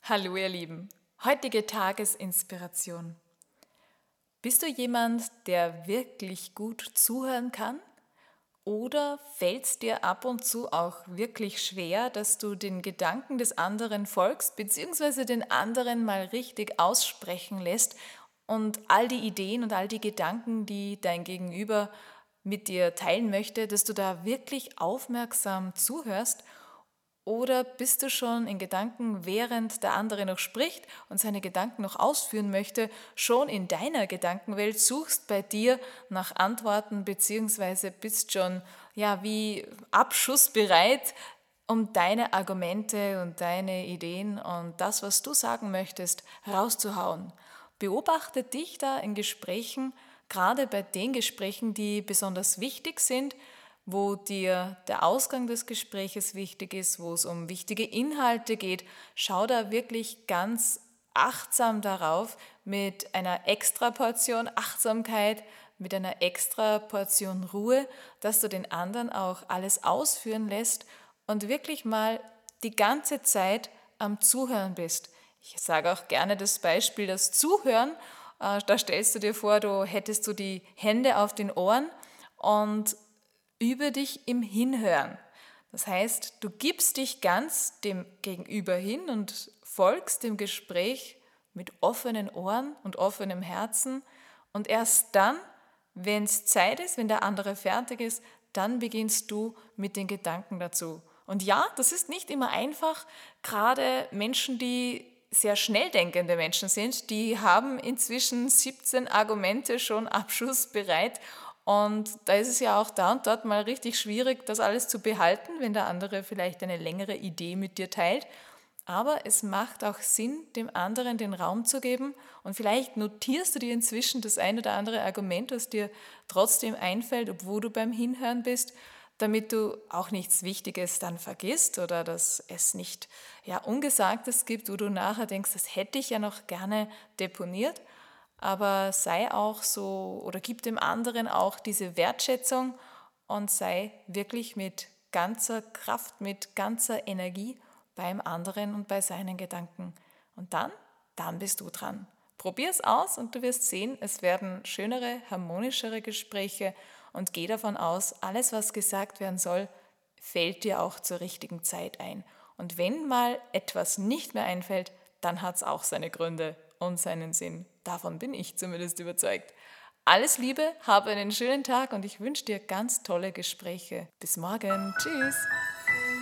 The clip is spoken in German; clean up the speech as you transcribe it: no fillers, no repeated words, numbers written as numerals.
Hallo ihr Lieben, heutige Tagesinspiration. Bist du jemand, der wirklich gut zuhören kann? Oder fällt es dir ab und zu auch wirklich schwer, dass du den Gedanken des anderen folgst, beziehungsweise den anderen mal richtig aussprechen lässt und all die Ideen und all die Gedanken, die dein Gegenüber mit dir teilen möchte, dass du da wirklich aufmerksam zuhörst? Oder bist du schon in Gedanken, während der andere noch spricht und seine Gedanken noch ausführen möchte, schon in deiner Gedankenwelt, suchst bei dir nach Antworten beziehungsweise bist schon wie abschussbereit, um deine Argumente und deine Ideen und das, was du sagen möchtest, rauszuhauen. Beobachte dich da in Gesprächen, gerade bei den Gesprächen, die besonders wichtig sind, wo dir der Ausgang des Gespräches wichtig ist, wo es um wichtige Inhalte geht. Schau da wirklich ganz achtsam darauf, mit einer extra Portion Achtsamkeit, mit einer extra Portion Ruhe, dass du den anderen auch alles ausführen lässt und wirklich mal die ganze Zeit am Zuhören bist. Ich sage auch gerne das Beispiel, das Zuhören. Da stellst du dir vor, du hättest so die Hände auf den Ohren und übe dich im Hinhören. Das heißt, du gibst dich ganz dem Gegenüber hin und folgst dem Gespräch mit offenen Ohren und offenem Herzen. Und erst dann, wenn es Zeit ist, wenn der andere fertig ist, dann beginnst du mit den Gedanken dazu. Und ja, das ist nicht immer einfach. Gerade Menschen, die sehr schnell denkende Menschen sind, die haben inzwischen 17 Argumente schon abschussbereit. Und da ist es ja auch da und dort mal richtig schwierig, das alles zu behalten, wenn der andere vielleicht eine längere Idee mit dir teilt. Aber es macht auch Sinn, dem anderen den Raum zu geben und vielleicht notierst du dir inzwischen das ein oder andere Argument, was dir trotzdem einfällt, obwohl du beim Hinhören bist, damit du auch nichts Wichtiges dann vergisst oder dass es nicht Ungesagtes gibt, wo du nachher denkst, das hätte ich ja noch gerne deponiert. Aber sei auch so oder gib dem anderen auch diese Wertschätzung und sei wirklich mit ganzer Kraft, mit ganzer Energie beim anderen und bei seinen Gedanken. Und dann bist du dran. Probier es aus und du wirst sehen, es werden schönere, harmonischere Gespräche und geh davon aus, alles, was gesagt werden soll, fällt dir auch zur richtigen Zeit ein. Und wenn mal etwas nicht mehr einfällt, dann hat es auch seine Gründe und seinen Sinn. Davon bin ich zumindest überzeugt. Alles Liebe, habe einen schönen Tag und ich wünsche dir ganz tolle Gespräche. Bis morgen. Tschüss.